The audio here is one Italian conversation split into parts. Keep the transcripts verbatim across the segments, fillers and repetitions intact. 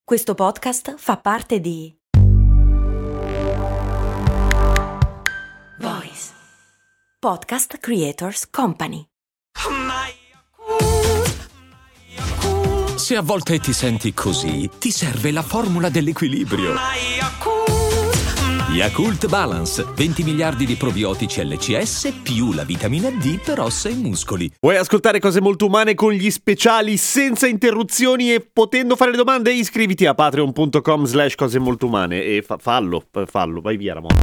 Questo podcast fa parte di Voice Podcast Creators Company. Se a volte ti senti così, ti serve la formula dell'equilibrio. Yakult Balance, venti miliardi di probiotici L C S più la vitamina D per ossa e muscoli. Vuoi ascoltare cose molto umane con gli speciali senza interruzioni e potendo fare le domande? Iscriviti a patreon.com slash cose molto umane e fa- fallo, fallo, vai via Ramon.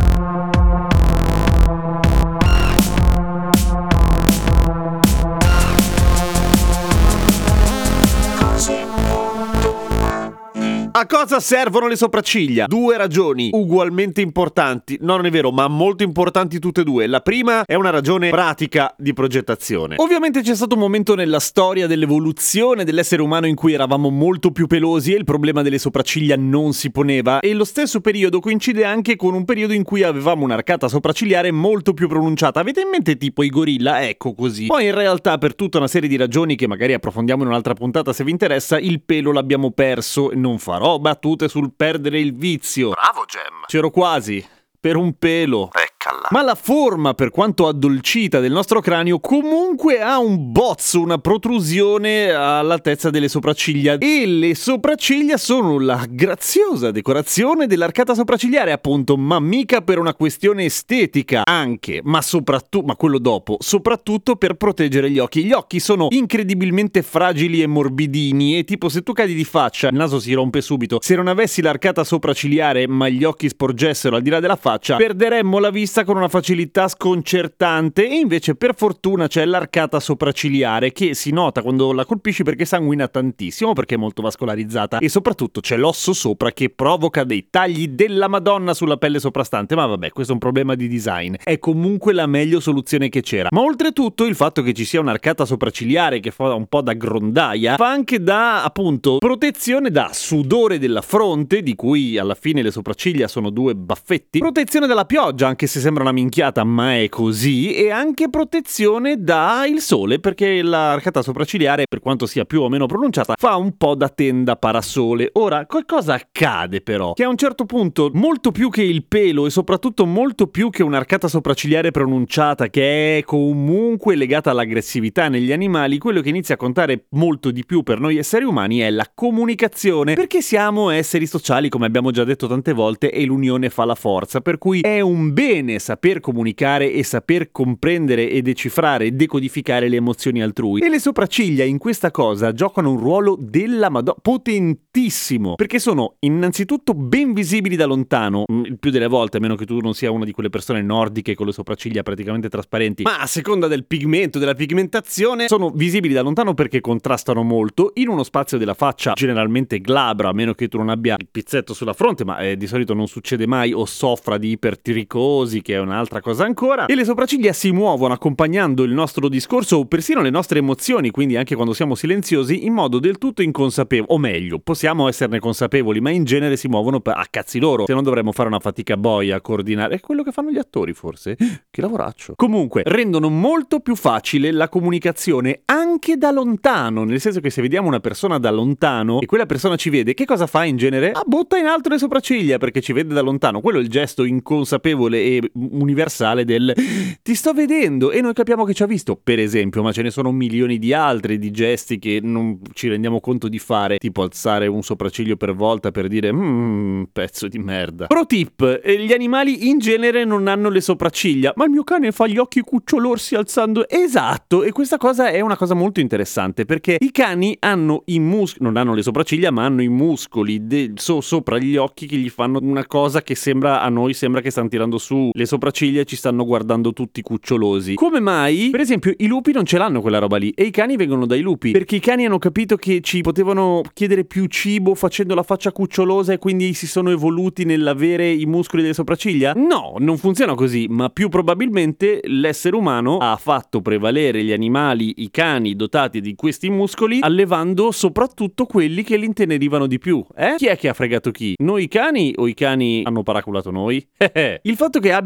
A cosa servono le sopracciglia? Due ragioni ugualmente importanti. No, non è vero, ma molto importanti tutte e due. La prima è una ragione pratica di progettazione. Ovviamente c'è stato un momento nella storia dell'evoluzione dell'essere umano in cui eravamo molto più pelosi e il problema delle sopracciglia non si poneva, e lo stesso periodo coincide anche con un periodo in cui avevamo un'arcata sopraccigliare molto più pronunciata. Avete in mente tipo i gorilla? Ecco così. Poi in realtà, per tutta una serie di ragioni che magari approfondiamo in un'altra puntata se vi interessa, il pelo l'abbiamo perso e non farò battute sul perdere il vizio. Bravo, Gem. C'ero quasi. Per un pelo. Eccala. Ma la forma, per quanto addolcita, del nostro cranio comunque ha un bozzo, una protrusione all'altezza delle sopracciglia. E le sopracciglia sono la graziosa decorazione dell'arcata sopraccigliare, appunto, ma mica per una questione estetica, anche, ma soprattutto, ma quello dopo, soprattutto per proteggere gli occhi. Gli occhi sono incredibilmente fragili e morbidini e tipo se tu cadi di faccia, il naso si rompe subito. Se non avessi l'arcata sopraccigliare ma gli occhi sporgessero al di là della faccia, perderemmo la vista con una facilità sconcertante, e invece per fortuna c'è l'arcata sopraccigliare che si nota quando la colpisci perché sanguina tantissimo, perché è molto vascolarizzata, e soprattutto c'è l'osso sopra che provoca dei tagli della Madonna sulla pelle soprastante. Ma vabbè, questo è un problema di design, è comunque la meglio soluzione che c'era. Ma oltretutto il fatto che ci sia un'arcata sopraccigliare che fa un po' da grondaia fa anche da, appunto, protezione da sudore della fronte, di cui alla fine le sopracciglia sono due baffetti, protezione dalla pioggia, anche se sembra una minchiata ma è così, e anche protezione dal sole, perché l'arcata sopraccigliare, per quanto sia più o meno pronunciata, fa un po' da tenda parasole. Ora, qualcosa accade però, che a un certo punto, molto più che il pelo e soprattutto molto più che un'arcata sopraccigliare pronunciata, che è comunque legata all'aggressività negli animali, quello che inizia a contare molto di più per noi esseri umani è la comunicazione, perché siamo esseri sociali, come abbiamo già detto tante volte, e l'unione fa la forza, per cui è un bene saper comunicare e saper comprendere e decifrare e decodificare le emozioni altrui. E le sopracciglia in questa cosa giocano un ruolo della Madonna potentissimo, perché sono innanzitutto ben visibili da lontano, il più delle volte, a meno che tu non sia una di quelle persone nordiche con le sopracciglia praticamente trasparenti, ma a seconda del pigmento, della pigmentazione, sono visibili da lontano perché contrastano molto in uno spazio della faccia generalmente glabra, a meno che tu non abbia il pizzetto sulla fronte, ma eh, di solito non succede mai, o soffra di ipertiricosi, che è un'altra cosa ancora. E le sopracciglia si muovono accompagnando il nostro discorso o persino le nostre emozioni, quindi anche quando siamo silenziosi, in modo del tutto inconsapevole, o meglio, possiamo esserne consapevoli, ma in genere si muovono a cazzi loro, se non dovremmo fare una fatica boia a coordinare. È quello che fanno gli attori, forse? Che lavoraccio. Comunque, rendono molto più facile la comunicazione anche da lontano, nel senso che se vediamo una persona da lontano e quella persona ci vede, che cosa fa in genere? Ah, butta in alto le sopracciglia perché ci vede da lontano. Quello è il gesto inconsapevole e universale del ti sto vedendo, e noi capiamo che ci ha visto, per esempio, ma ce ne sono milioni di altri di gesti che non ci rendiamo conto di fare, tipo alzare un sopracciglio per volta per dire mmm, pezzo di merda. Pro tip, gli animali in genere non hanno le sopracciglia, ma il mio cane fa gli occhi cucciolorsi alzando. Esatto, e questa cosa è una cosa molto interessante, perché i cani hanno i muscoli, non hanno le sopracciglia, ma hanno i muscoli de- so- sopra gli occhi che gli fanno una cosa che sembra, a noi sembra che stanno tirando su le sopracciglia e ci stanno guardando tutti cucciolosi. Come mai? Per esempio, i lupi non ce l'hanno quella roba lì, e i cani vengono dai lupi, perché i cani hanno capito che ci potevano chiedere più cibo facendo la faccia cucciolosa, e quindi si sono evoluti nell'avere i muscoli delle sopracciglia? No, non funziona così, ma più probabilmente l'essere umano ha fatto prevalere gli animali, i cani dotati di questi muscoli, allevando soprattutto quelli che li intenerivano di più. Eh? Chi è che ha fregato chi? Noi cani o i cani hanno paraculato noi? Il fatto che abbia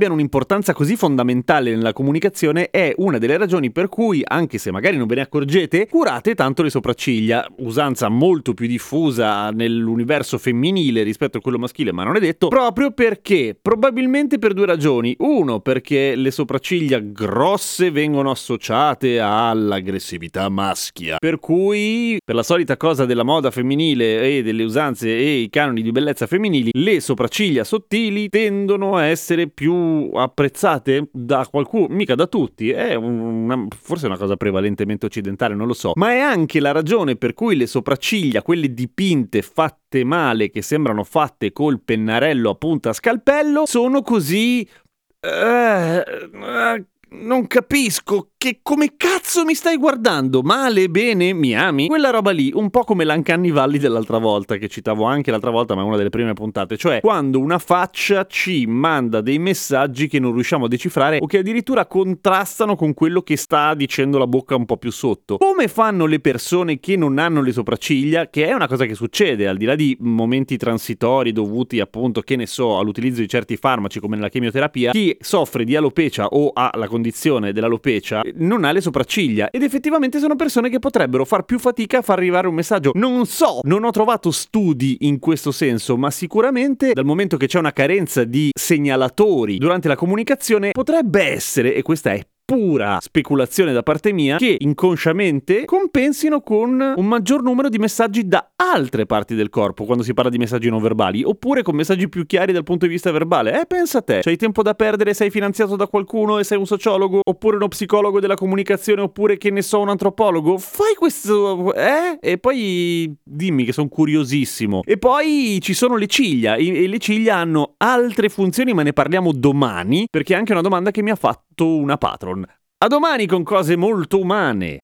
abbiano un'importanza così fondamentale nella comunicazione è una delle ragioni per cui, anche se magari non ve ne accorgete, curate tanto le sopracciglia, usanza molto più diffusa nell'universo femminile rispetto a quello maschile, ma non è detto, proprio perché, probabilmente per due ragioni. Uno, perché le sopracciglia grosse vengono associate all'aggressività maschia, per cui, per la solita cosa della moda femminile e delle usanze e i canoni di bellezza femminili, le sopracciglia sottili tendono a essere più apprezzate da qualcuno, mica da tutti, è una, forse una cosa prevalentemente occidentale, non lo so, ma è anche la ragione per cui le sopracciglia, quelle dipinte, fatte male, che sembrano fatte col pennarello a punta scalpello, sono così... Uh, uh, non capisco, che come cazzo mi stai guardando? Male, bene, mi ami? Quella roba lì, un po' come l'Uncanny Valley dell'altra volta, che citavo anche l'altra volta, ma è una delle prime puntate, cioè quando una faccia ci manda dei messaggi che non riusciamo a decifrare o che addirittura contrastano con quello che sta dicendo la bocca un po' più sotto. Come fanno le persone che non hanno le sopracciglia, che è una cosa che succede, al di là di momenti transitori dovuti appunto, che ne so, all'utilizzo di certi farmaci come nella chemioterapia, chi soffre di alopecia o ha la condizione dell'alopecia non ha le sopracciglia, ed effettivamente sono persone che potrebbero far più fatica a far arrivare un messaggio. Non so, non ho trovato studi in questo senso, ma sicuramente dal momento che c'è una carenza di segnalatori durante la comunicazione, potrebbe essere, e questa è pura speculazione da parte mia, che inconsciamente compensino con un maggior numero di messaggi da altre parti del corpo quando si parla di messaggi non verbali, oppure con messaggi più chiari dal punto di vista verbale. Eh, pensa a te, c'hai tempo da perdere, sei finanziato da qualcuno e sei un sociologo, oppure uno psicologo della comunicazione, oppure che ne so, un antropologo, fai questo, eh? E poi dimmi, che sono curiosissimo. E poi ci sono le ciglia, e le ciglia hanno altre funzioni, ma ne parliamo domani, perché è anche una domanda che mi ha fatto una patron. A domani con cose molto umane.